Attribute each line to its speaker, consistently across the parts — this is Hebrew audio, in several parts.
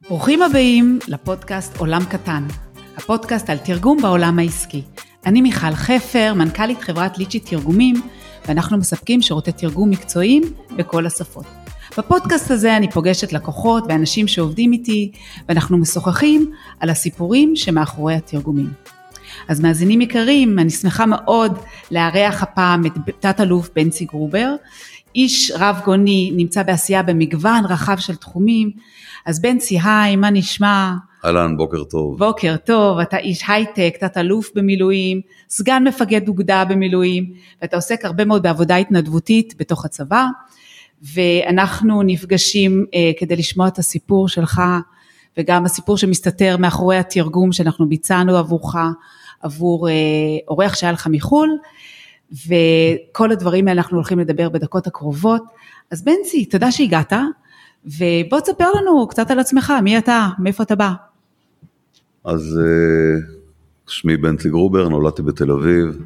Speaker 1: ברוכים הבאים לפודקאסט עולם קטן, הפודקאסט על תרגום בעולם העסקי. אני מיכל חפר, מנכ"לית חברת ליצ'י תרגומים, ואנחנו מספקים שירותי תרגום מקצועיים בכל השפות. בפודקאסט הזה אני פוגשת לקוחות ואנשים שעובדים איתי, ואנחנו משוחחים על הסיפורים שמאחורי התרגומים. אז מאזינים יקרים, אני שמחה מאוד לארח הפעם את תת-אלוף בנצי גרובר, איש רב גוני, נמצא בעשייה במגוון רחב של תחומים. אז בנצי, היי, מה נשמע?
Speaker 2: אהלן, בוקר טוב.
Speaker 1: בוקר טוב, אתה איש הייטק, תת-אלוף במילואים, סגן מפקד אוגדה במילואים, ואתה עוסק הרבה מאוד בעבודה התנדבותית בתוך הצבא, ואנחנו נפגשים כדי לשמוע את הסיפור שלך, וגם הסיפור שמסתתר מאחורי התרגום שאנחנו ביצענו עבורך, עבור אורח שהיה לך מחול, וכל הדברים האלה אנחנו הולכים לדבר בדקות הקרובות. אז בנצי, תודה שהגעת, ובוא תספר לנו קצת על עצמך, מי אתה, מאיפה אתה בא?
Speaker 2: אז שמי בנצי גרובר, נולדתי בתל אביב,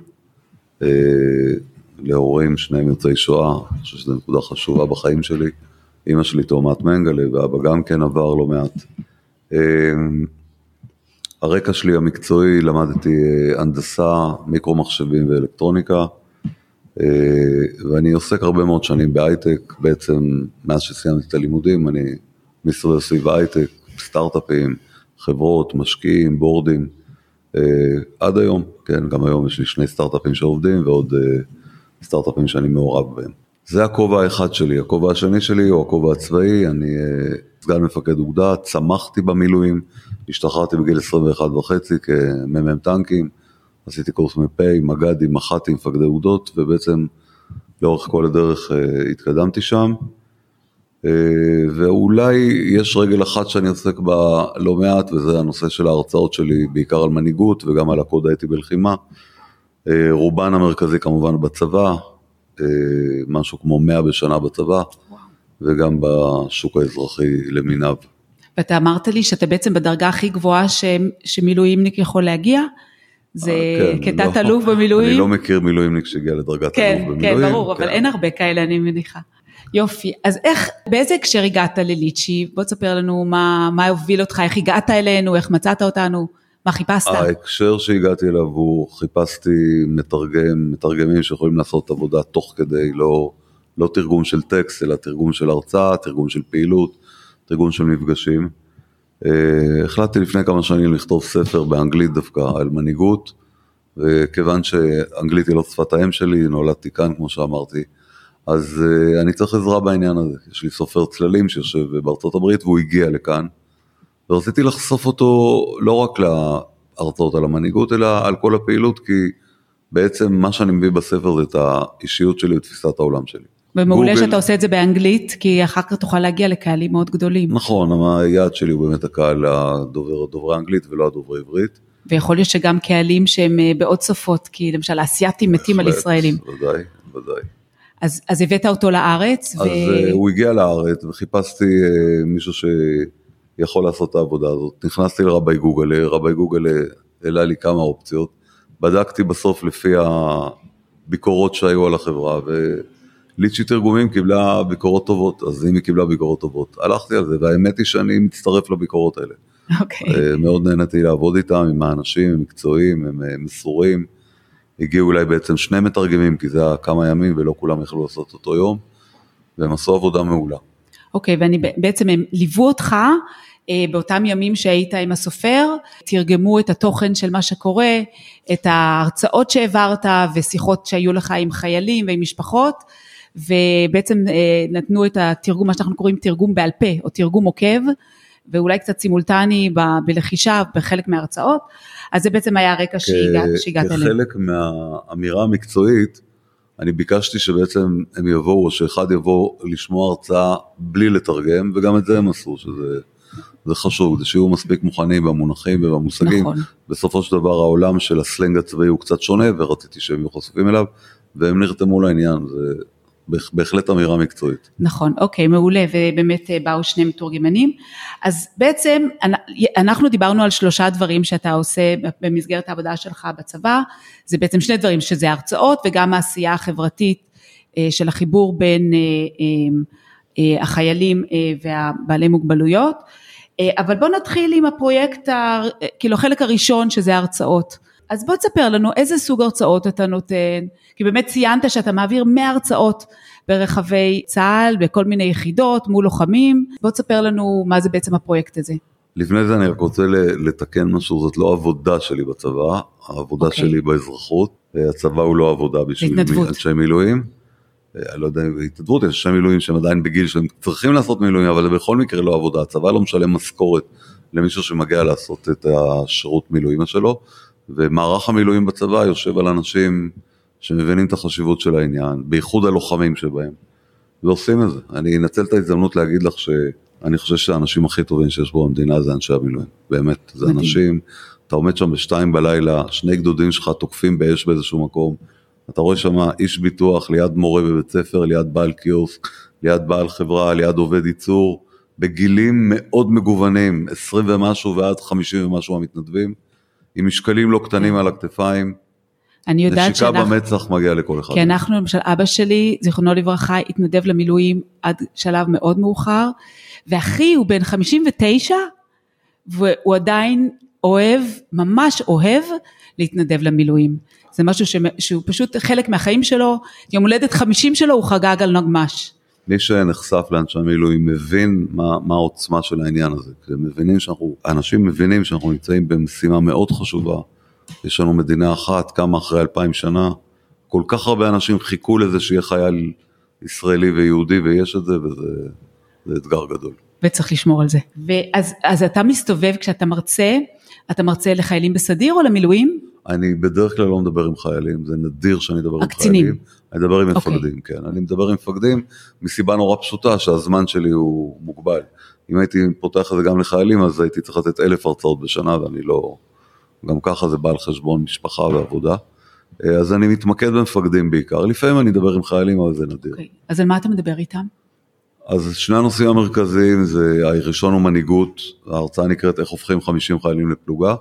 Speaker 2: להורים שניהם יוצאי שואה, אני חושב שזו נקודה חשובה בחיים שלי, אמא שלי תאומת מנגלה, ואבא גם כן עבר לא מעט. הרקע שלי המקצועי, למדתי הנדסה, מיקרו מחשבים ואלקטרוניקה, ואני עוסק הרבה מאוד שנים בהייטק, בעצם מאז שסיימתי את הלימודים, אני מסתובב סביב הייטק, סטארט-אפים, חברות, משקיעים, בורדים, עד היום, כן, גם היום יש לי 2 סטארט-אפים שעובדים, ועוד סטארט-אפים שאני מעורב בהם. זה הכובע האחד שלי, הכובע השני שלי הוא הכובע הצבאי, אני סגן מפקד אוגדה, צמחתי במילואים, השתחררתי בגיל 21.5 כמ"מ טנקים, עשיתי קורס מ"פ, מג"דים, מח"טים, מפקדי אוגדות, ובעצם לאורך כל הדרך התקדמתי שם, ואולי יש רגל אחת שאני עוסק בה לא מעט, וזה הנושא של ההרצאות שלי, בעיקר על מנהיגות וגם על הקוד האתי בלחימה, רובן המרכזי כמובן בצבא, משהו כמו 100 בשנה בצבא, וגם בשוק האזרחי למיניו.
Speaker 1: ואתה אמרת לי שאתה בעצם בדרגה הכי גבוהה שמילואימניק יכול להגיע, זה כתת אלוף במילואים.
Speaker 2: אני לא מכיר מילואימניק שהגיע לדרגת אלוף במילואים.
Speaker 1: כן, ברור, אבל אין הרבה כאלה, אני מניחה. יופי, אז באיזה הקשר הגעת לליצ'י? בוא תספר לנו מה הוביל אותך, איך הגעת אלינו, איך מצאת אותנו, מה חיפשת?
Speaker 2: ההקשר שהגעתי אליו הוא, חיפשתי מתרגמים שיכולים לעשות עבודה תוך כדי, לא תרגום של טקסט, אלא תרגום של הרצאה, תרגום של פעילות, תרגום של מפגשים. החלטתי לפני כמה שנים לכתוב ספר באנגלית דווקא על מנהיגות, וכיוון שאנגלית היא לא שפת האם שלי, נולדתי כאן כמו שאמרתי, אז אני צריך עזרה בעניין הזה. יש לי סופר צללים שיושב בארצות הברית והוא הגיע לכאן, ורציתי לחשוף אותו לא רק להרצאות על המנהיגות, אלא על כל הפעילות, כי בעצם מה שאני מביא בספר זה את האישיות שלי ותפיסת העולם שלי.
Speaker 1: ומעולה שאתה עושה את זה באנגלית, כי אחר כך תוכל להגיע לקהלים מאוד גדולים.
Speaker 2: נכון, היעד שלי הוא באמת הקהל הדוברי אנגלית ולא הדוברי עברית.
Speaker 1: ויכול להיות שגם קהלים שהם בעוד שפות, כי למשל האסייתים מתים על ישראלים.
Speaker 2: ודאי.
Speaker 1: אז הבאת אותו לארץ?
Speaker 2: אז הוא הגיע לארץ וחיפשתי מישהו שיכול לעשות את העבודה הזאת. נכנסתי לרבי גוגל, רבי גוגל העלה לי כמה אופציות, בדקתי בסוף לפי הביקורות שהיו על החברה, ליצ'י תרגומים קיבלה ביקורות טובות, אז אם היא קיבלה ביקורות טובות, הלכתי על זה, והאמת היא שאני מצטרף לביקורות האלה. מאוד נהניתי לעבוד איתם, עם האנשים, הם מקצועיים, הם מסורים, הגיעו אליי בעצם 2 מתרגמים, כי זה היה כמה ימים, ולא כולם יכלו לעשות אותו יום, והם עשו עבודה מעולה.
Speaker 1: אוקיי, ואני בעצם הם ליוו אותך, באותם ימים שהיית עם הסופר, תרגמו את התוכן של מה שקורה, את ההרצאות שהעברת, ושיחות שהיו לך עם חיילים ועם משפחות, ובעצם נתנו את התרגום, מה שאנחנו קוראים תרגום בעל פה, או תרגום עוקב, ואולי קצת סימולטני בלחישה, בחלק מההרצאות, אז זה בעצם היה הרקע שהגעת אליהם.
Speaker 2: כחלק מהאמירה המקצועית, אני ביקשתי שבעצם הם יבואו, או שאחד יבוא לשמוע הרצאה בלי לתרגם, וגם את זה הם עשו, שזה חשוב, זה שיהיו מספיק מוכנים במונחים ובמושגים, נכון. בסופו של דבר העולם של הסלנג הצבאי הוא קצת שונה, ורציתי שהם יהיו חשופים אליו, והם נרתמו לעניין, זה בהחלט אמירה מקצועית.
Speaker 1: נכון, אוקיי, מעולה, ובאמת באו 2 מתורגמנים. אז בעצם אנחנו דיברנו על 3 דברים שאתה עושה במסגרת העבודה שלך בצבא, זה בעצם 2 דברים, שזה הרצאות וגם העשייה החברתית של החיבור בין החיילים והבעלי מוגבלויות. אבל בוא נתחיל עם הפרויקט, כאילו החלק הראשון שזה ההרצאות. אז בוא תספר לנו איזה סוג הרצאות אתה נותן, כי באמת ציינת שאתה מעביר 100 הרצאות ברחבי צה"ל, בכל מיני יחידות, מול לוחמים, בוא תספר לנו מה זה בעצם הפרויקט הזה. לפני
Speaker 2: זה אני רק רוצה לתקן משהו, זאת לא עבודה שלי בצבא, העבודה שלי באזרחות, הצבא הוא לא עבודה בשביל אנשי מילואים, אני לא יודע, התנדבות, יש אנשי מילואים שהם עדיין בגיל שהם צריכים לעשות מילואים, אבל בכל מקרה לא עבודה, הצבא לא משלם משכורת למישהו שמגיע לעשות את השירות מילואים שלו, ומערך המילואים בצבא יושב על אנשים שמבינים את החשיבות של העניין, בייחוד הלוחמים שבהם, ועושים את זה. אני אנצל את ההזדמנות להגיד לך שאני חושב שהאנשים הכי טובים שיש בו במדינה זה אנשי המילואים, באמת, זה אנשים, אתה עומד שם ב2 בלילה, 2 גדודים שלך תוקפים באש באיזשהו מקום, אתה רואה שם איש ביטוח ליד מורה בבית ספר, ליד בעל קיוסק, ליד בעל חברה, ליד עובד ייצור, בגילים מאוד מגוונים, 20 ומשהו ועד 50 ומשהו המתנדבים, עם משקלים לא קטנים על הכתפיים, נשיקה במצח מגיע לכל אחד.
Speaker 1: כי אנחנו, למשל, אבא שלי, זיכרונו לברכה, התנדב למילואים עד שלב מאוד מאוחר, ואחי הוא בן 59, והוא עדיין אוהב, ממש אוהב, להתנדב למילואים. זה משהו שהוא פשוט חלק מהחיים שלו, יום הולדת 50 שלו הוא חגג על נגמש.
Speaker 2: מי שנחשף לאנשי מילואים מבין מה העוצמה של העניין הזה. אנשים מבינים שאנחנו נמצאים במשימה מאוד חשובה, יש לנו מדינה אחת, כמה אחרי 2000 שנה, כל כך הרבה אנשים חיכו לזה שיהיה חייל ישראלי ויהודי, ויש את זה, וזה אתגר גדול.
Speaker 1: וצריך לשמור על זה. אז אתה מסתובב כשאתה מרצה, אתה מרצה לחיילים בסדיר או למילואים?
Speaker 2: אני בדרך כלל לא מדבר עם חיילים, זה נדיר שאני מדבר עם חיילים. אני מדבר עם מפקדים, כן. אני מדבר עם מפקדים מסיבה נורא פשוטה, שהזמן שלי הוא מוגבל. אם הייתי פותח את זה גם לחיילים, אז הייתי צריך לתת 1000 הרצאות בשנה, ואני לא... גם ככה זה בא על חשבון משפחה ועבודה. אז אני מתמקד במפקדים בעיקר. לפעמים אני אדבר עם חיילים, אבל זה נדיר.
Speaker 1: אז על מה אתה מדבר איתם?
Speaker 2: אז שני הנושאים המרכזיים, הראשון הוא מנהיגות, ההרצאה נקראת איך הופכים 50 חיילים לפלוגה,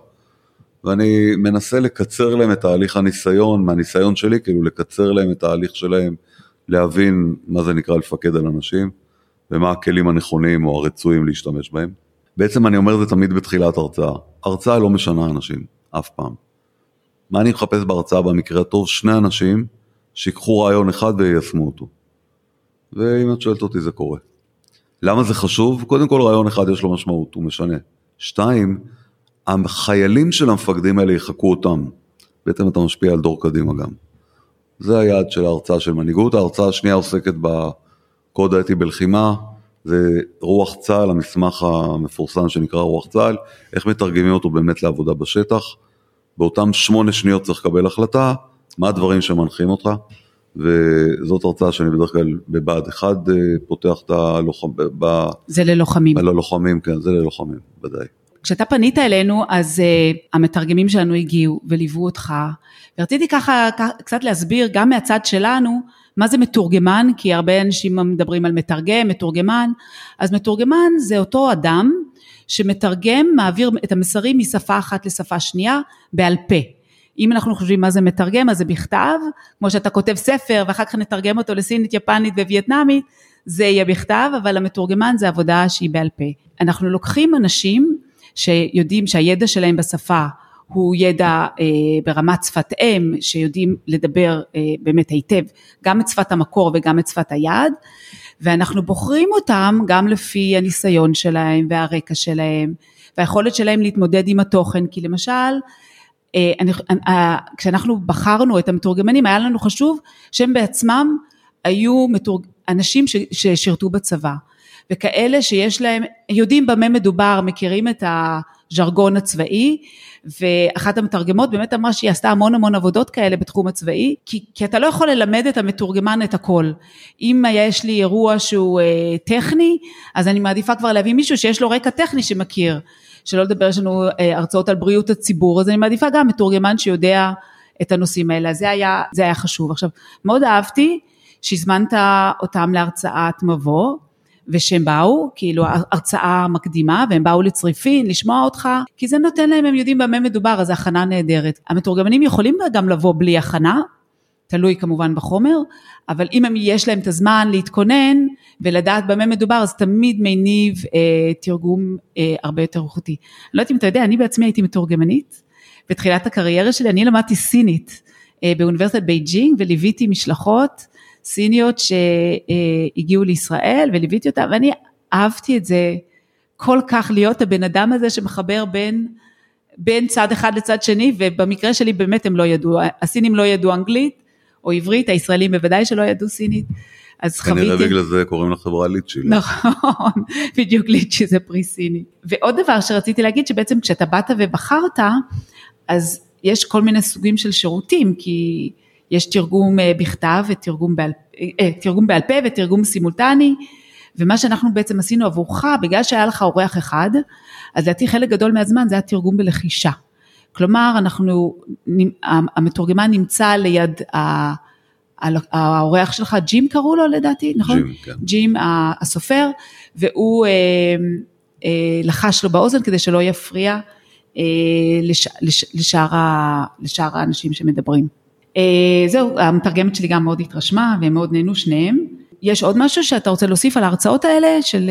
Speaker 2: ואני מנסה לקצר להם את תהליך הניסיון, מהניסיון שלי, כאילו לקצר להם את התהליך שלהם, להבין מה זה נקרא לפקד על אנשים, ומה הכלים הנכונים או הרצויים להשתמש בהם. בעצם אני אומר זה תמיד בתחילת הרצאה, הרצאה לא משנה אנשים, אף פעם. מה אני מחפש בהרצאה במקרה הטוב? 2 אנשים שיקחו רעיון אחד ויישמו אותו. ואם את שואלת אותי זה קורה. למה זה חשוב? קודם כל רעיון אחד יש לו משמעות, הוא משנה. 2, החיילים של המפקדים האלה יחכו אותם. בעצם אתה משפיע על דור קדימה גם. זה היעד של ההרצאה של מנהיגות. ההרצאה השנייה עוסקת בקוד האתי בלחימה, זה רוח צה"ל, המסמך המפורסם שנקרא רוח צה"ל, איך מתרגמים אותו באמת לעבודה בשטח. באותם 8 שניות צריך לקבל החלטה, מה הדברים שמנחים אותך, וזאת הרצאה שאני בדרך כלל בבה"ד 1 פותח את הלוחם...
Speaker 1: זה ללוחמים.
Speaker 2: ללוחמים, כן, זה ללוחמים, ודאי.
Speaker 1: כשאתה פנית אלינו, אז המתרגמים שלנו הגיעו וליוו אותך, ורציתי ככה קצת להסביר גם מהצד שלנו, מה זה מתורגמן, כי הרבה אנשים מדברים על מתרגם, מתורגמן, אז מתורגמן זה אותו אדם, שמתרגם, מעביר את המסרים משפה אחת לשפה שנייה, בעל פה. אם אנחנו חושבים מה זה מתרגם, אז זה בכתב, כמו שאתה כותב ספר, ואחר כך נתרגם אותו לסינית, יפנית ווייטנמית, זה יהיה בכתב, אבל המתורגמן זה עבודה שהיא בעל פה. אנחנו לוקחים אנשים, שיודעים שהידע שלהם בשפה, הוא ידע ברמת שפת אם, שיודעים לדבר באמת היטב, גם את שפת המקור וגם את שפת היד, ואנחנו בוחרים אותם גם לפי הניסיון שלהם והרקע שלהם, והיכולת שלהם להתמודד עם התוכן, כי למשל, כשאנחנו בחרנו את המתורגמנים, היה לנו חשוב שהם בעצמם היו אנשים ששירתו בצבא, וכאלה שיש להם, יודעים במה מדובר, מכירים את הז'רגון הצבאי, ואחת המתרגמות באמת אמרה שהיא עשתה המון עבודות כאלה בתחום הצבאי, כי אתה לא יכול ללמד את המתורגמן את הכל. אם יש לי אירוע שהוא טכני, אז אני מעדיפה כבר להביא מישהו שיש לו רקע טכני שמכיר, שלא לדבר, יש לנו הרצאות על בריאות הציבור, אז אני מעדיפה גם מתורגמן שיודע את הנושאים האלה, זה היה חשוב. עכשיו, מאוד אהבתי שהזמנת אותם להרצאת מבוא, ושהם באו, כאילו הרצאה מקדימה, והם באו לצריפין, לשמוע אותך, כי זה נותן להם, הם יודעים במה מדובר, אז הכנה נהדרת. המתורגמנים יכולים גם לבוא בלי הכנה, תלוי כמובן בחומר, אבל אם יש להם את הזמן להתכונן ולדעת במה מדובר, אז תמיד מניב תרגום הרבה יותר איכותי. אני לא יודעת אם אתה יודע, אני בעצמי הייתי מתורגמנית, בתחילת הקריירה שלי, אני למדתי סינית באוניברסיטת בייג'ינג, וליוויתי משלחות סיניות שהגיעו לישראל, וליוויתי אותה, ואני אהבתי את זה כל כך, להיות הבן אדם הזה שמחבר בין צד אחד לצד שני, ובמקרה שלי באמת הם לא ידעו, הסינים לא ידעו אנגלית או עברית, הישראלים בוודאי שלא ידעו סינית, אז חוויתי...
Speaker 2: כנראה בגלל זה קוראים לחברה ליצ'י.
Speaker 1: נכון, בדיוק ליצ'י זה פרי סיני. ועוד דבר שרציתי להגיד, שבעצם כשאתה באת ובחרת, אז יש כל מיני סוגים של שירותים, כי יש תרגום בכתב, תרגום בעל פה ותרגום סימולטני, ומה שאנחנו בעצם עשינו עבורך, בגלל שהיה לך אורח אחד, אז לדעתי חלק גדול מהזמן זה היה תרגום בלחישה. כלומר, המתורגמן נמצא ליד האורח שלך, ג'ים קראו לו לדעתי, נכון?
Speaker 2: ג'ים, כן.
Speaker 1: ג'ים הסופר, והוא לחש לו באוזן כדי שלא יפריע לשאר האנשים שמדברים. זהו, המתרגמת שלי גם מאוד התרשמה, והם מאוד נהנו שניהם. יש עוד משהו שאתה רוצה להוסיף על ההרצאות האלה,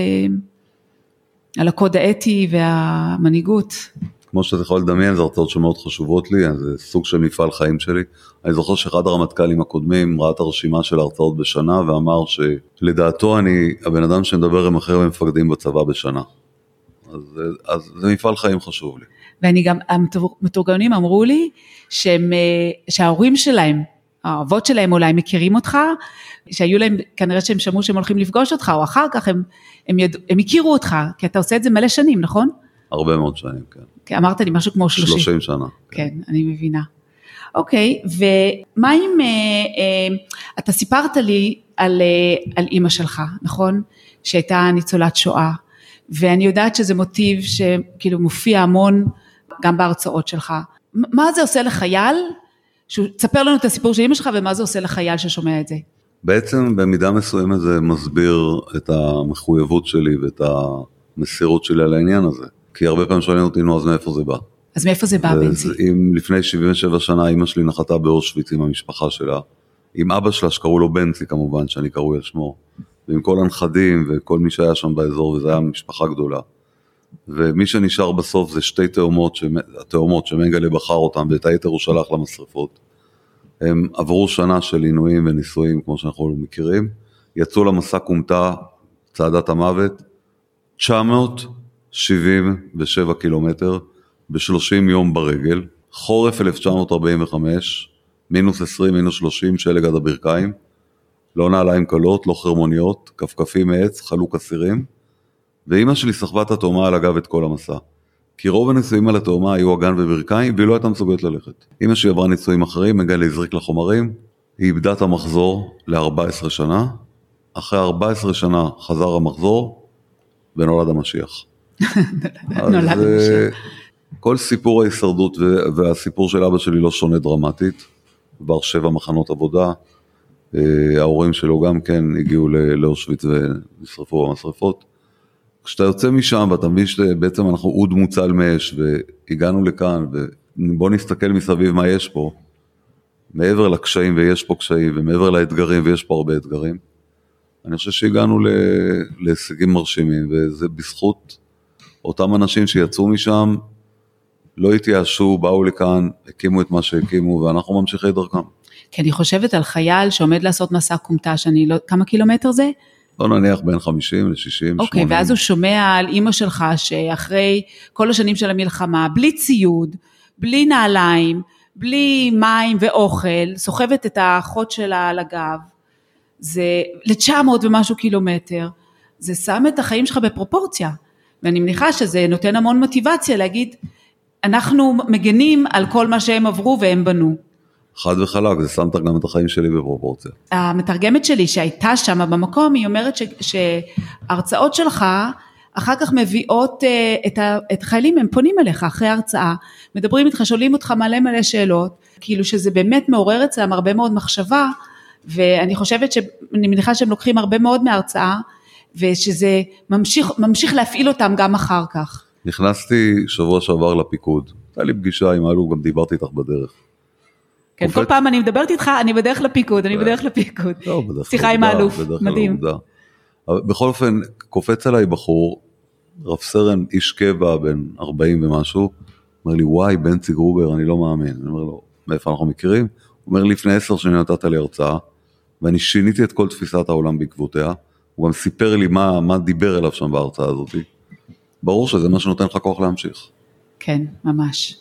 Speaker 1: על הקוד האתי והמנהיגות?
Speaker 2: כמו שאתה יכול לדמיין, זה הרצאות שמאוד חשובות לי, זה סוג של מפעל חיים שלי. אני זוכר שאחד הרמטכ"לים הקודמים ראה את הרשימה של ההרצאות בשנה, ואמר שלדעתו אני הבן אדם שמדבר עם אחר ומפקדים בצבא בשנה. אז זה מפעל חיים חשוב לי.
Speaker 1: ואני גם, המתורגמנים אמרו לי, שההורים שלהם, האבות שלהם אולי מכירים אותך, שהיו להם, כנראה שהם שמעו שהם הולכים לפגוש אותך, או אחר כך הם הכירו אותך, כי אתה עושה את זה מלא שנים, נכון?
Speaker 2: הרבה מאוד שנים, כן.
Speaker 1: כי אמרת לי משהו כמו
Speaker 2: 30 שנה.
Speaker 1: כן, אני מבינה. אוקיי, ומה אם, אתה סיפרת לי על אמא שלך, נכון? שהייתה ניצולת שואה, ואני יודעת שזה מוטיב שכאילו מופיע המון גם בהרצאות שלך. מה זה עושה לחייל? תספר לנו את הסיפור של אמא שלך, ומה זה עושה לחייל ששומע את זה?
Speaker 2: בעצם במידה מסוימת זה מסביר את המחויבות שלי ואת המסירות שלי על העניין הזה. כי הרבה פעמים שואלים אותי, נו, אז מאיפה זה בא?
Speaker 1: אז מאיפה זה בא, בנצי?
Speaker 2: אם לפני 77 שנה אמא שלי נחתה באושוויץ עם המשפחה שלה, עם אבא שלה שקראו לו בנצי כמובן, שאני קראו על שמו, ועם כל הנכדים וכל מי שהיה שם באזור, וזה היה משפחה גדולה. ומי שנשאר בסוף זה שתי תאומות שמנגלה בחר אותם, ואת היתר הוא שלח למשרפות. הם עברו שנה של עינויים וניסויים, כמו שאנחנו מכירים, יצאו למסע קומטה, צעדת המוות, 977 קילומטר, ב-30 יום ברגל, חורף 1945, מינוס 20, מינוס 30, שלג עד הברכיים, לא נעליים קלות, לא חרמוניות, כפכפים מעץ, חלוק אסירים, ואמא שלי סחבה את התאומה על הגב את כל המסע. כי רוב הניסויים על התאומה היו אגן וברכיים, והיא לא הייתה מסוגלת ללכת. אמא שלי עברה ניסויים אחרים, מגלה הזריק לחומרים, היא איבדה את המחזור ל-14 שנה, אחרי 14 שנה חזר המחזור, ונולד המשיח.
Speaker 1: נולד המשיח.
Speaker 2: כל סיפור ההישרדות והסיפור של אבא שלי לא שונה דרמטית, כבר 7 מחנות עבודה, ההורים שלו גם כן הגיעו לאושוויץ ונשרפו במשרפות. כשאתה יוצא משם ואתה מבין שבעצם אנחנו עוד מוצל מאש והגענו לכאן ובוא נסתכל מסביב מה יש פה, מעבר לקשיים ויש פה קשיים ומעבר לאתגרים ויש פה הרבה אתגרים, אני חושב שהגענו להישגים מרשימים, וזה בזכות אותם אנשים שיצאו משם, לא התייאשו, באו לכאן, הקימו את מה שהקימו, ואנחנו ממשיכי דרכם.
Speaker 1: כי אני חושבת על חייל שעומד לעשות מסע קומטה, שאני לא, כמה קילומטר זה?
Speaker 2: לא נניח בין 50 ל-60, 80.
Speaker 1: אוקיי, ואז הוא שומע על אמא שלך, שאחרי כל השנים של המלחמה, בלי ציוד, בלי נעליים, בלי מים ואוכל, סוחבת את האחות שלה על הגב, זה ל-900 ומשהו קילומטר, זה שם את החיים שלך בפרופורציה, ואני מניחה שזה נותן המון מוטיבציה להגיד, אנחנו מגנים על כל מה שהם עברו והם בנו.
Speaker 2: חד וחלק, זה שמת גם את החיים שלי בפרופורציה.
Speaker 1: המתרגמת שלי שהייתה שם במקום, היא אומרת שההרצאות שלך, אחר כך מביאות את החיילים, הם פונים אליך אחרי ההרצאה, מדברים איתך, שואלים אותך מלא שאלות, כאילו שזה באמת מעורר אצלם הרבה מאוד מחשבה, ואני חושבת אני מניחה שהם לוקחים הרבה מאוד מההרצאה, ושזה ממשיך להפעיל אותם גם אחר כך.
Speaker 2: נכנסתי שבוע שעבר לפיקוד, הייתה לי פגישה עם אלו, גם דיברתי איתך בדרך.
Speaker 1: כן, כל פעם אני מדברת איתך, אני בדרך לפיקוד, שיחה עם האלוף, מדהים.
Speaker 2: בכל אופן, קופץ עליי בחור, רב סרן, איש קבע, בן 40 ומשהו, אומר לי, וואי, בנצי גרובר, אני לא מאמין. אני אומר לו, מאיפה אנחנו מכירים? הוא אומר, לפני 10 שנים נתת לי הרצאה, ואני שיניתי את כל תפיסת העולם בעקבותיה, הוא גם סיפר לי מה דיבר אליו שם בהרצאה הזאת. ברור שזה מה שנותן לך כוח להמשיך.
Speaker 1: כן, ממש.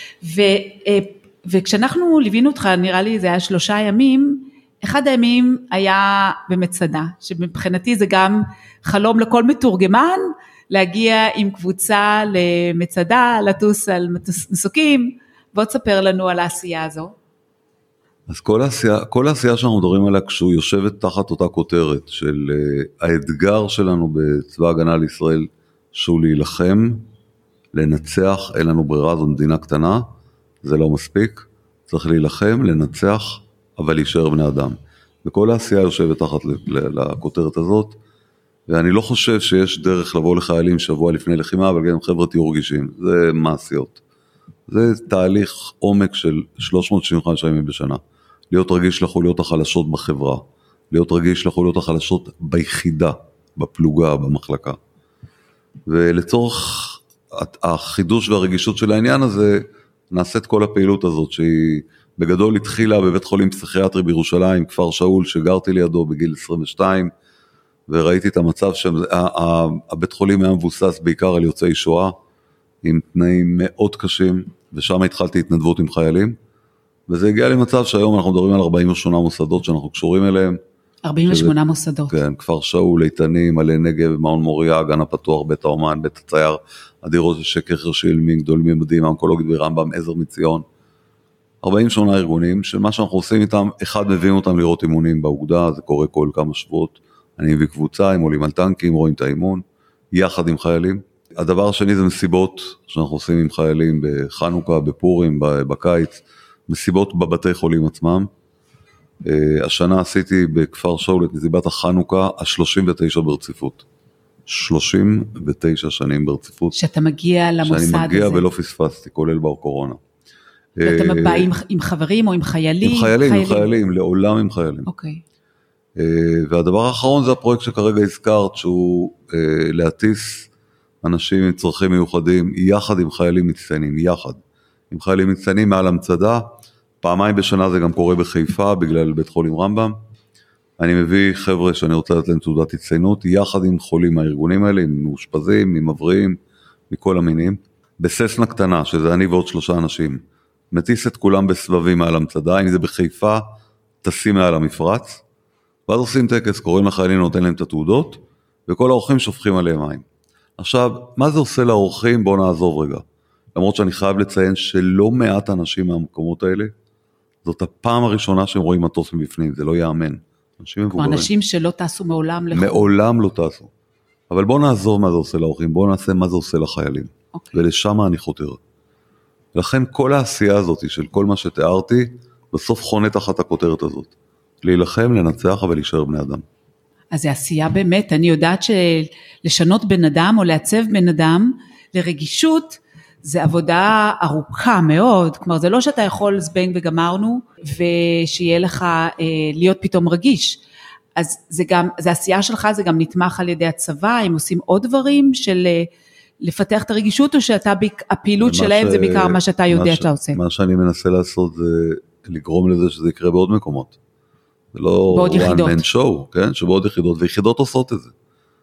Speaker 1: וכשאנחנו ליווינו אותך, נראה לי זה היה 3 ימים, אחד הימים היה במצדה, שמבחינתי זה גם חלום לכל מתורגמן, להגיע עם קבוצה למצדה, לטוס על מסוקים, בוא תספר לנו על העשייה הזו.
Speaker 2: אז כל העשייה שאנחנו מדברים עליה, כשהוא יושבת תחת אותה כותרת, של האתגר שלנו בצבא ההגנה לישראל, שהוא להילחם, לנצח, אין לנו ברירה, זו מדינה קטנה, זה לא מספיק, צריך להילחם, לנצח, אבל להישאר בני אדם. וכל העשייה יושבת תחת לכותרת הזאת, ואני לא חושב שיש דרך לבוא לחיילים שבוע לפני לחימה, אבל גם חבר'ה תהיו רגישים, זה מעשיות. זה תהליך עומק של 365 ימים בשנה. להיות רגיש לחוליות החלשות בחברה, להיות רגיש לחוליות החלשות ביחידה, בפלוגה, במחלקה. ולצורך החידוש והרגישות של העניין הזה, נעשית כל הפעילות הזאת, שהיא בגדול התחילה בבית חולים פסיכיאטרי בירושלים, כפר שאול, שגרתי לידו בגיל 22, וראיתי את המצב שהבית חולים היה מבוסס בעיקר על יוצאי שואה, עם תנאים מאוד קשים, ושם התחלתי התנדבות עם חיילים, וזה הגיע למצב שהיום אנחנו מדברים על 48 מוסדות שאנחנו קשורים אליהם.
Speaker 1: 48 מוסדות.
Speaker 2: כן, כפר שאול, איתנים, עלי נגב, מעון מוריה, הגן הפתוח, בית האומן, בית הצייר, הדירות של שקר חרשילמי, גדולים ממדים, האונקולוגית ברמב"ם, עזר מציון. 48 ארגונים, שמה שאנחנו עושים איתם, אחד מביאים אותם לראות אימונים באוגדה, זה קורה כל כמה שבועות, אני מביא קבוצה, הם עולים על טנקים, רואים את האימון, יחד עם חיילים. הדבר השני זה מסיבות שאנחנו עושים עם חיילים בחנוכה, בפורים, בקיץ, מסיבות בבתי חולים עצמם. השנה עשיתי בכפר שאול את מסיבת החנוכה ה-39 ברציפות. 39 שנים ברציפות.
Speaker 1: שאתה מגיע למוסד הזה.
Speaker 2: שאני מגיע ולא פספסתי, כולל בקורונה.
Speaker 1: ואתה בא עם חברים או עם חיילים?
Speaker 2: עם חיילים, לעולם עם חיילים.
Speaker 1: אוקיי.
Speaker 2: והדבר האחרון זה הפרויקט שכרגע הזכרת, שהוא להטיס אנשים עם צרכים מיוחדים, יחד עם חיילים מצטיינים, יחד. עם חיילים מצטיינים מעל המצדה, פעמיים בשנה זה גם קורה בחיפה, בגלל בית חולים רמב"ם. אני מביא חבר'ה שאני רוצה לתת להם תעודת הצטיינות, יחד עם חולים הארגונים האלה, עם מאושפזים, עם מבריאים, מכל המינים. בססנה קטנה, שזה אני ועוד 3 אנשים, מטיס את כולם בסבבים מעל המצדה, אם זה בחיפה, טסים מעל המפרץ, ואז עושים טקס, קוראים לחיילים, נותן להם את התעודות, וכל האורחים שופכים עליהם מים. עכשיו, מה זה עושה לאורחים? בואו נעזוב רגע. למרות שאני חייב לציין שלא מעט אנשים מהמקומות האלה, זאת הפעם הראשונה שהם רואים מטוס מבפנים, זה לא יאמן. אנשים מבוגרים.
Speaker 1: אנשים שלא טסו מעולם לחו"ל.
Speaker 2: מעולם לא טסו. אבל בואו נעזוב מה זה עושה לאורחים, בואו נעשה מה זה עושה לחיילים. ולשם אני חותר. לכן כל העשייה הזאת של כל מה שתיארתי, בסוף חונה תחת הכותרת הזאת. להילחם, לנצח, אבל להישאר בני אדם.
Speaker 1: אז זה עשייה באמת, אני יודעת שלשנות בן אדם או לעצב בן אדם לרגישות, זה עבודה ארוכה מאוד, כלומר זה לא שאתה יכול זבנג וגמרנו, ושיהיה לך להיות פתאום רגיש, אז זה גם, זה עשייה שלך, זה גם נתמך על ידי הצבא, הם עושים עוד דברים של לפתח את הרגישות, או שאתה, הפעילות שלהם זה בעיקר מה שאתה יודע שאתה עושה.
Speaker 2: מה שאני מנסה לעשות זה לגרום לזה שזה יקרה בעוד מקומות. זה לא one man show, כן? שבעוד יחידות, ויחידות עושות את זה.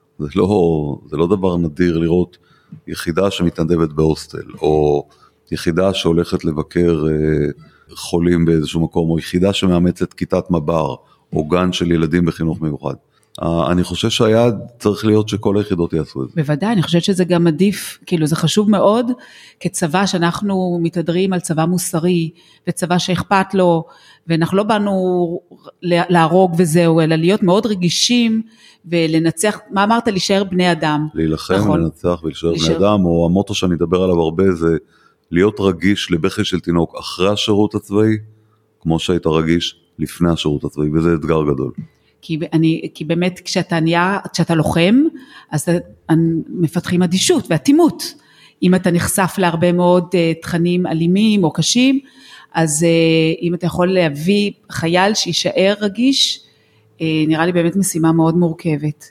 Speaker 2: זה לא דבר נדיר לראות יחידה שמתנדבת בהוסטל, או יחידה שהולכת לבקר חולים באיזשהו מקום, או יחידה שמאמצת כיתת מב"ר, או גן של ילדים בחינוך מיוחד. אני חושב שהיעד צריך להיות שכל היחידות יעשו את זה.
Speaker 1: בוודאי, אני חושבת שזה גם עדיף, כאילו זה חשוב מאוד, כצבא שאנחנו מתהדרים על צבא מוסרי, וצבא שאכפת לו, ואנחנו לא באנו להרוג וזהו, אלא להיות מאוד רגישים, ולנצח, מה אמרת? להישאר בני אדם.
Speaker 2: להילחם, נכון. לנצח ולהישאר בני אדם, או המוטו שאני אדבר עליו הרבה, זה להיות רגיש לבכי של תינוק אחרי השירות הצבאי, כמו שהיית רגיש לפני השירות הצבאי, וזה אתגר גדול.
Speaker 1: כי באמת כשאתה לוחם, אז מפתחים אדישות ואטימות. אם אתה נחשף להרבה מאוד תכנים אלימים או קשים, אז אם אתה יכול להביא חייל שישאר רגיש, נראה לי באמת משימה מאוד מורכבת.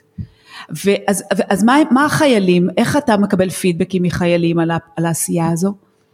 Speaker 1: אז מה החיילים, איך אתה מקבל פידבקים מחיילים על העשייה הזו?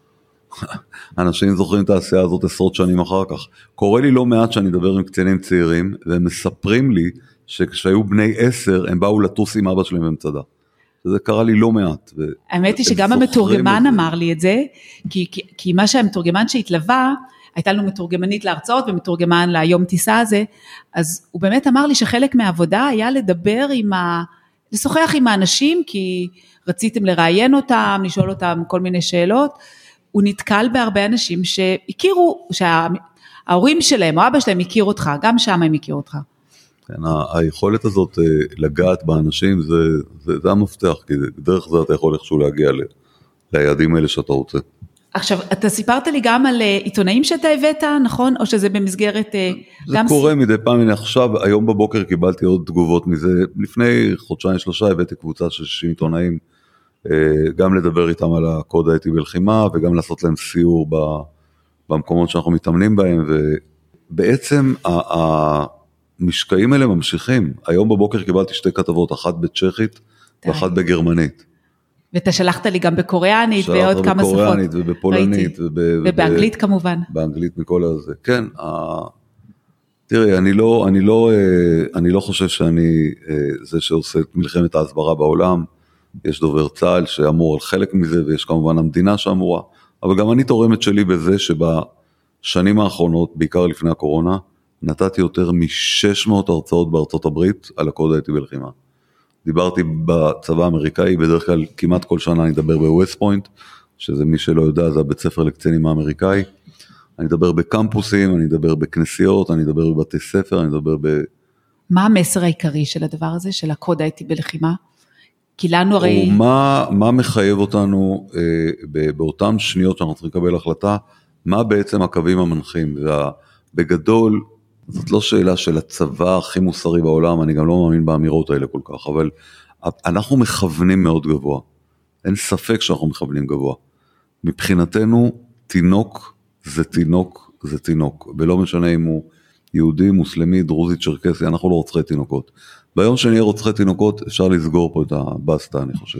Speaker 2: אנשים זוכרים את העשייה הזאת עשרות שנים אחר כך. קורה לי לא מעט שאני מדבר עם קצינים צעירים, והם מספרים לי שכשהיו בני 10, הם באו לטוס עם אבא שלהם במצדה. זה קרה לי לא מעט.
Speaker 1: האמת היא שגם המתורגמן אמר לי את זה, כי מה שהמתורגמן שהתלווה, הייתה לנו מתורגמנית להרצאות, ומתורגמן ליום טיסה הזה, אז הוא באמת אמר לי שחלק מהעבודה היה לדבר לשוחח עם האנשים, כי רציתם לראיין אותם, לשאול אותם כל מיני שאלות, הוא נתקל בהרבה אנשים שהכירו, שההורים שלהם או אבא שלהם הכיר אותך, גם שם הם הכירו אותך.
Speaker 2: כן, היכולת הזאת לגעת באנשים זה המפתח, כי דרך זה אתה יכול איכשהו להגיע ליעדים האלה שאתה רוצה.
Speaker 1: עכשיו, אתה סיפרת לי גם על עיתונאים שאתה הבאת, נכון? או שזה במסגרת...
Speaker 2: זה קורה מדי פעם, הנה עכשיו, היום בבוקר קיבלתי עוד תגובות מזה, לפני חודשיים 3 הבאתי קבוצה של 60 עיתונאים, גם לדבר איתם על הקוד האתי בלחימה, וגם לעשות להם סיור במקומות שאנחנו מתאמנים בהם, ובעצם המשקעים האלה ממשיכים. היום בבוקר קיבלתי 2 כתבות, אחת בצ'כית ואחת בגרמנית.
Speaker 1: ואתה שלחת לי גם בקוריאנית ועוד כמה שפות.
Speaker 2: בקוריאנית ובפולנית.
Speaker 1: ובאנגלית כמובן.
Speaker 2: באנגלית מכל הזה. כן, תראי, אני לא חושב שאני זה שעושה את מלחמת ההסברה בעולם, יש דובר צה"ל שאמור על חלק מזה, ויש כמובן המדינה שאמורה, אבל גם אני תורמת שלי בזה שבשנים האחרונות, בעיקר לפני הקורונה, נתתי יותר מ-600 הרצאות בארצות הברית על הקוד האתי בלחימה. דיברתי בצבא האמריקאי, בדרך כלל כמעט כל שנה אני אדבר בווסט פוינט, שזה מי שלא יודע, זה הבית ספר לקצינים האמריקאי, אני אדבר בקמפוסים, אני אדבר בכנסיות, אני אדבר בבתי ספר, אני אדבר
Speaker 1: מה המסר העיקרי של הדבר הזה, של הקוד האתי בלחימה? כי לנו הרי...
Speaker 2: מה מחייב אותנו באותן שניות שאנחנו צריכים לקבל החלטה, מה בעצם הקווים המנחים, ובגדול, זאת לא שאלה של הצבא הכי מוסרי בעולם, אני גם לא מאמין באמירות האלה כל כך, אבל אנחנו מכוונים מאוד גבוה, אין ספק שאנחנו מכוונים גבוה, מבחינתנו תינוק זה תינוק זה תינוק, ולא משנה אם הוא יהודי, מוסלמי, דרוזי, צ'רקסי, אנחנו לא רוצחי תינוקות, ביום שנהיה רוצחי תינוקות אפשר לסגור פה את הבסטה אני חושב,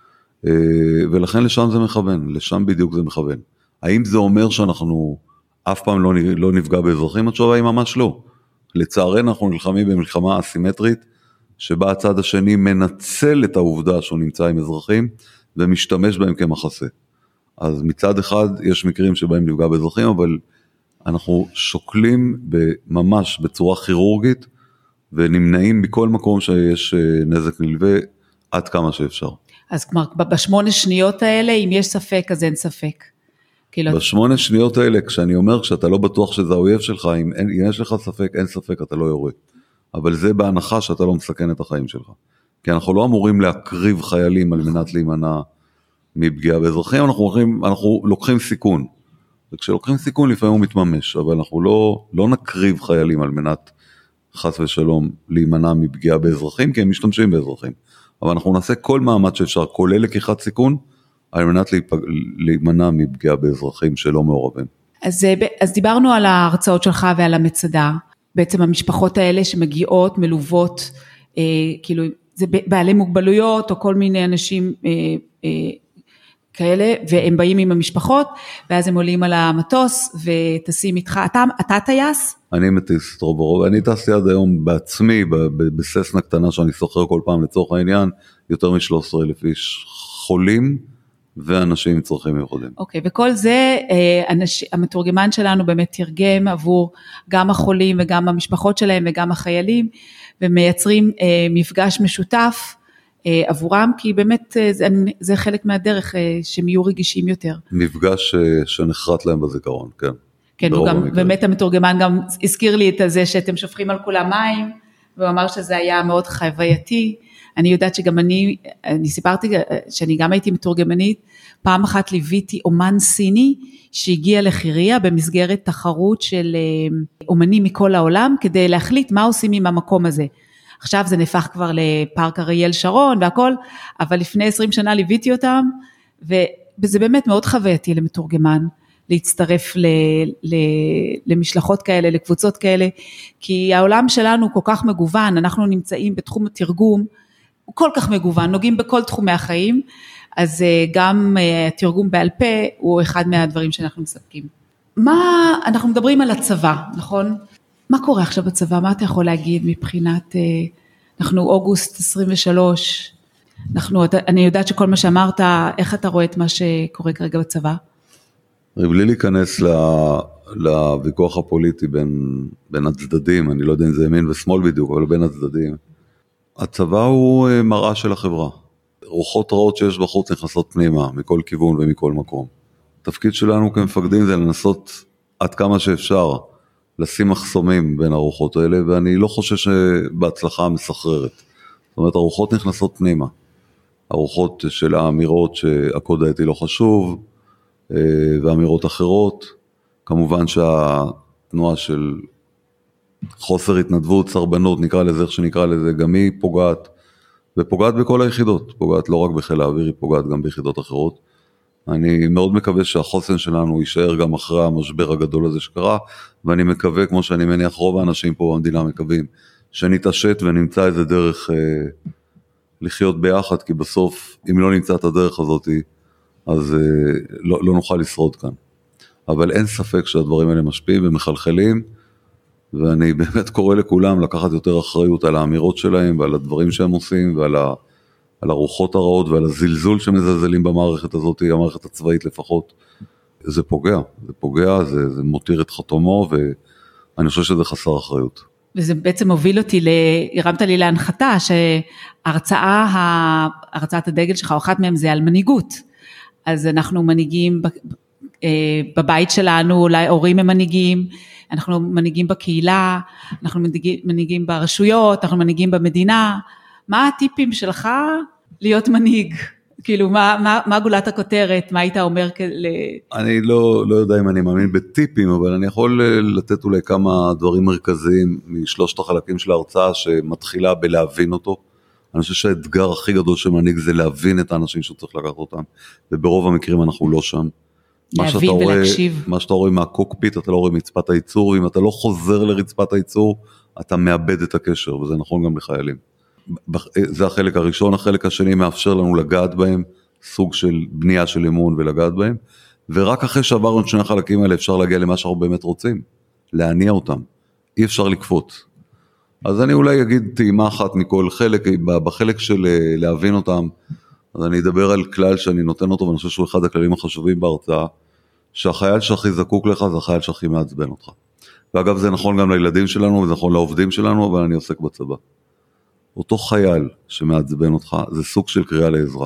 Speaker 2: ולכן לשם זה מכוון, לשם בדיוק זה מכוון, האם זה אומר שאנחנו אף פעם לא נפגע באזרחים? התשובה היא ממש לא. לצערנו אנחנו נלחמים במלחמה אסימטרית, שבה הצד השני מנצל את העובדה שהוא נמצא עם אזרחים, ומשתמש בהם כמחסה. אז מצד אחד יש מקרים שבהם נפגע באזרחים, אבל אנחנו שוקלים ממש בצורה כירורגית, ונמנעים בכל מקום שיש נזק נלווה, עד כמה שאפשר.
Speaker 1: אז כלומר, ב8 שניות האלה, אם יש ספק, אז אין ספק.
Speaker 2: ב8 שניות האלה, כשאני אומר, כשאתה לא בטוח שזה האויב שלך, אם יש לך ספק, אין ספק, אתה לא יורה. אבל זה בהנחה שאתה לא מסכן את החיים שלך. כי אנחנו לא אמורים להקריב חיילים על מנת להימנע מפגיעה באזרחים, אנחנו לוקחים סיכון. וכשלוקחים סיכון לפעמים הוא מתממש, אבל אנחנו לא נקריב חיילים על מנת חס ושלום להימנע מפגיעה באזרחים, כי הם משתמשים באזרחים. אבל אנחנו נעשה כל מאמץ שאפשר, כולל לקיחת סיכון, על מנת להימנע מפגיעה באזרחים שלא מעורבים.
Speaker 1: אז דיברנו על ההרצאות שלך ועל המצדה, בעצם המשפחות האלה שמגיעות, מלוות, כאילו זה בעלי מוגבלויות או כל מיני אנשים כאלה, והם באים עם המשפחות, ואז הם עולים על המטוס וטסים איתך, אתה טייס?
Speaker 2: אני מטיס את רוב, אני טסתי עד היום בעצמי, בססנה קטנה שאני סוחר כל פעם לצורך העניין, יותר מ-13,000 איש חולים, ואנשים עם צרכים מיוחדים.
Speaker 1: אוקיי, וכל זה, המתורגמן שלנו באמת תרגם עבור גם החולים וגם המשפחות שלהם וגם החיילים, ומייצרים מפגש משותף עבורם, כי באמת זה חלק מהדרך שהם יהיו רגישים יותר.
Speaker 2: מפגש שנחרט להם בזיכרון, כן.
Speaker 1: כן, וגם באמת המתורגמן גם הזכיר לי את זה שאתם שופכים על כולם מים, והוא אמר שזה היה מאוד חווייתי. אני יודעת שגם אני סיפרתי שאני גם הייתי מתורגמנית, פעם אחת ליוויתי אומן סיני שהגיע לחירייה במסגרת תחרות של אומנים מכל העולם, כדי להחליט מה עושים עם המקום הזה. עכשיו זה נהפך כבר לפארק אריאל שרון והכל, אבל לפני 20 שנה ליוויתי אותם, וזה באמת מאוד חווייתי למתורגמן, להצטרף למשלחות כאלה, לקבוצות כאלה, כי העולם שלנו כל כך מגוון, אנחנו נמצאים בתחום התרגום, הוא כל כך מגוון, נוגעים בכל תחומי החיים, אז גם התרגום בעל פה הוא אחד מהדברים שאנחנו מספקים. אנחנו מדברים על הצבא, נכון? מה קורה עכשיו בצבא? מה אתה יכול להגיד מבחינת, אנחנו אוגוסט 23, אני יודעת שכל מה שאמרת, איך אתה רואה את מה שקורה כרגע בצבא?
Speaker 2: בלי להיכנס לוויכוח הפוליטי בין הצדדים, אני לא יודע אם זה ימין ושמאל בדיוק, אבל בין הצדדים, הצבא הוא מראה של החברה. רוחות רעות שיש בחוץ נכנסות פנימה, מכל כיוון ומכל מקום. התפקיד שלנו כמפקדים זה לנסות עד כמה שאפשר, לשים מחסומים בין הרוחות האלה, ואני לא חושב שבהצלחה מסחררת. זאת אומרת, הרוחות נכנסות פנימה. הרוחות של האמירות שהקוד האתי לא חשוב, ואמירות אחרות. כמובן שהתנועה של חוסר התנדבות, סרבנות, נקרא לזה איך שנקרא לזה, גם היא פוגעת, ופוגעת בכל היחידות. פוגעת לא רק בחיל האוויר, היא פוגעת גם ביחידות אחרות. אני מאוד מקווה שהחוסן שלנו יישאר גם אחרי המשבר הגדול הזה שקרה, ואני מקווה, כמו שאני מניח, רוב האנשים פה במדינה מקווים, שנתעשת ונמצא איזה דרך לחיות ביחד, כי בסוף, אם לא נמצא את הדרך הזאת, אז לא נוכל לשרוד כאן. אבל אין ספק שהדברים האלה משפיעים ומחלחלים, ואני באמת קורא לכולם לקחת יותר אחריות על האמירות שלהם, ועל הדברים שהם עושים, ועל הרוחות הרעות, ועל הזלזול שמזלזלים במערכת הזאת, המערכת הצבאית לפחות. זה פוגע, זה מותיר את חתומו, ואני חושב שזה חסר אחריות.
Speaker 1: וזה בעצם הוביל אותי, הרמת לי להנחתה, שהרצאת הדגל שלך, או אחת מהם זה על מנהיגות. אז אנחנו מנהיגים בבית שלנו, אולי הורים הם מנהיגים, אנחנו מנהיגים בקהילה, אנחנו מנהיגים ברשויות, אנחנו מנהיגים במדינה. מה הטיפים שלך להיות מנהיג? כאילו, מה גולת הכותרת? מה היית אומר?
Speaker 2: אני לא יודע אם אני מאמין בטיפים, אבל אני יכול לתת אולי כמה דברים מרכזיים משלושת החלקים של ההרצאה שמתחילה בלהבין אותו. אני חושב שהאתגר הכי גדול של מנהיג זה להבין את האנשים שהוא צריך לקחת אותם, וברוב המקרים אנחנו לא שם.
Speaker 1: להבין ולהקשיב.
Speaker 2: מה שאתה רואה מהקוקפיט, אתה לא רואה מצפת הייצור, אם אתה לא חוזר לרצפת הייצור, אתה מאבד את הקשר, וזה נכון גם לחיילים. זה החלק הראשון, החלק השני מאפשר לנו לגעת בהם, סוג של בנייה של אמון ולגעת בהם, ורק אחרי שעברנו את שני החלקים האלה אפשר להגיע למה שאנחנו באמת רוצים, להניע אותם, אי אפשר לקפוט. אז אני אולי אגיד טעימה אחת מכל חלק, בחלק של להבין אותם, אז אני אדבר על כלל שאני נותן אותו, ואני חושב שהוא אחד הכללים החשובים בהרצאה, שהחייל שהכי זקוק לך זה החייל שהכי מעצבן אותך. ואגב זה נכון גם לילדים שלנו, וזה נכון לעובדים שלנו, אבל אני עוסק בצבא. אותו חייל שמעצבן אותך, זה סוג של קריאה לעזרה.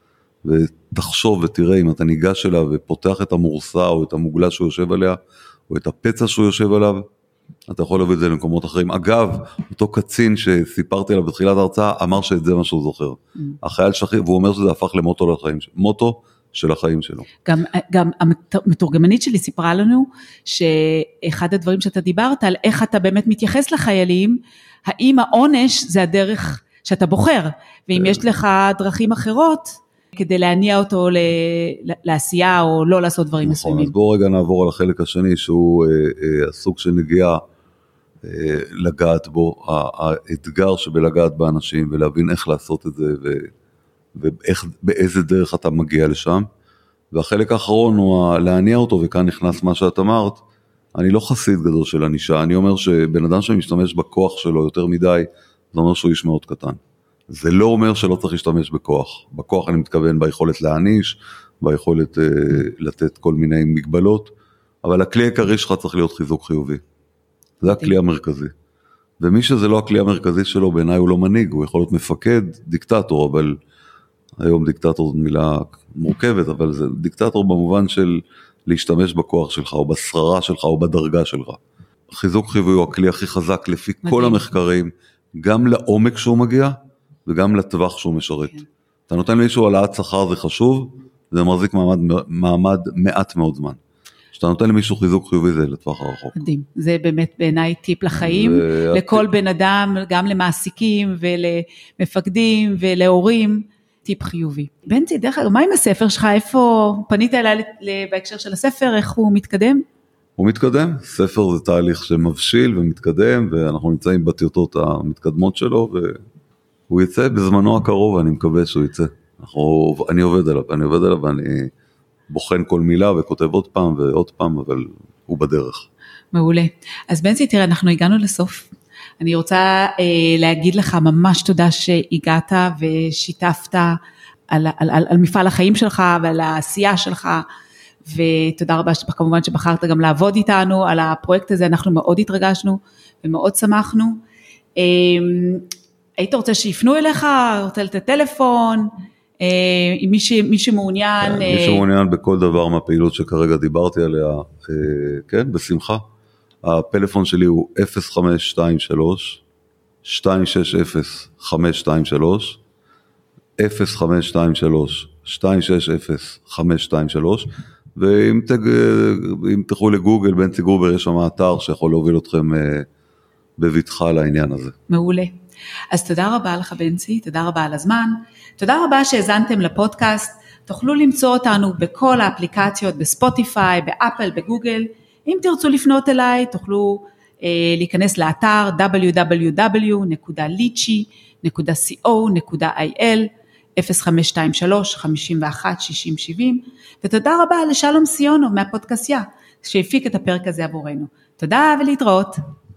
Speaker 2: ותחשוב ותראה אם אתה ניגש אליו ופותח את המורסה או את המוגלה שהוא יושב עליה, או את הפצע שהוא יושב עליו, אתה יכול להביא את זה למקומות אחרים. אגב, אותו קצין שסיפרתי עליו בתחילת ההרצאה, אמר שאת זה מה שהוא זוכר. החייל שכיר, והוא אומר שזה הפך למוטו לחיים, מוטו של החיים שלו.
Speaker 1: גם המתורגמנית שלי סיפרה לנו, שאחד הדברים שאתה דיברת על איך אתה באמת מתייחס לחיילים, האם העונש זה הדרך שאתה בוחר, ואם יש לך דרכים אחרות, כדי להניע אותו לעשייה, או לא לעשות דברים מסוימים.
Speaker 2: אז בואו רגע נעבור על החלק השני, שהוא הסוג של נגיעה לגעת בו, האתגר שבלגעת באנשים, ולהבין איך לעשות את זה, ובאיזה דרך אתה מגיע לשם, והחלק האחרון הוא להניע אותו, וכאן נכנס מה שאת אמרת, אני לא חסיד גדול של ענישה, אני אומר שבן אדם שמשתמש בכוח שלו יותר מדי, זה אומר שהוא איש מאוד קטן. זה לא אומר שלא צריך להשתמש בכוח. בכוח אני מתכוון ביכולת להעניש, ביכולת לתת כל מיני מגבלות, אבל הכלי העיקרי שלך צריך להיות חיזוק חיובי. זה הכלי המרכזי. ומי שזה לא הכלי המרכזי שלו, בעיניי הוא לא מנהיג, הוא יכול להיות מפקד, דיקטטור, אבל היום דיקטטור זו מילה מורכבת, אבל זה דיקטטור במובן של להשתמש בכוח שלך, או בשררה שלך, או בדרגה שלך. חיזוק חיובי הוא הכלי הכי חזק לפי כל המחקרים, גם לעומק שהוא מגיע, וגם לטווח שהוא משרת. אתה נותן מישהו העלאת שכר, זה חשוב, זה מחזיק מעמד מעט מאוד זמן. כשאתה נותן למישהו חיזוק חיובי, זה לטווח הרחוק.
Speaker 1: מדהים, זה באמת בעיניי טיפ לחיים, לכל בן אדם, גם למעסיקים ולמפקדים ולהורים, טיפ חיובי. בנצי, דרך אגב, מה עם הספר שלך? איפה פנית אליי בהקשר של הספר? איך הוא מתקדם?
Speaker 2: הוא מתקדם, ספר זה תהליך שמבשיל ומתקדם, ואנחנו נמצאים בטיוטות המתקדמות שלו, והוא יצא בזמנו הקרוב, אני מקווה שהוא יצא. אני עובד עליו, ואני בוחן כל מילה וכותב עוד פעם ועוד פעם, אבל הוא בדרך.
Speaker 1: מעולה. אז בנצי, תראה, אנחנו הגענו לסוף. אני רוצה להגיד לך ממש תודה שהגעת ושיתפת על מפעל החיים שלך ועל העשייה שלך, ותודה רבה כמובן שבחרת גם לעבוד איתנו על הפרויקט הזה, אנחנו מאוד התרגשנו ומאוד שמחנו. היית רוצה שיפנו אליך, רוצה לתת טלפון, מי שמעוניין.
Speaker 2: מי שמעוניין בכל דבר מהפעילות שכרגע דיברתי עליה, כן, בשמחה. הפלאפון שלי הוא 0523-260-523, 0523-260-523, ואם תלכו לגוגל, בנצי גרובר, יש שם אתר שיכול להוביל אתכם בבטחה לעניין הזה.
Speaker 1: מעולה. אז תודה רבה לך בנצי, תודה רבה על הזמן, תודה רבה שהזנתם לפודקאסט, תוכלו למצוא אותנו בכל האפליקציות, בספוטיפיי, באפל, בגוגל, אם תרצו לפנות אליי, תוכלו להיכנס לאתר www.litchi.co.il 0523-51-60-70, ותודה רבה לשלום סיונוב מהפודקאסיה, שהפיק את הפרק הזה עבורנו. תודה ולהתראות.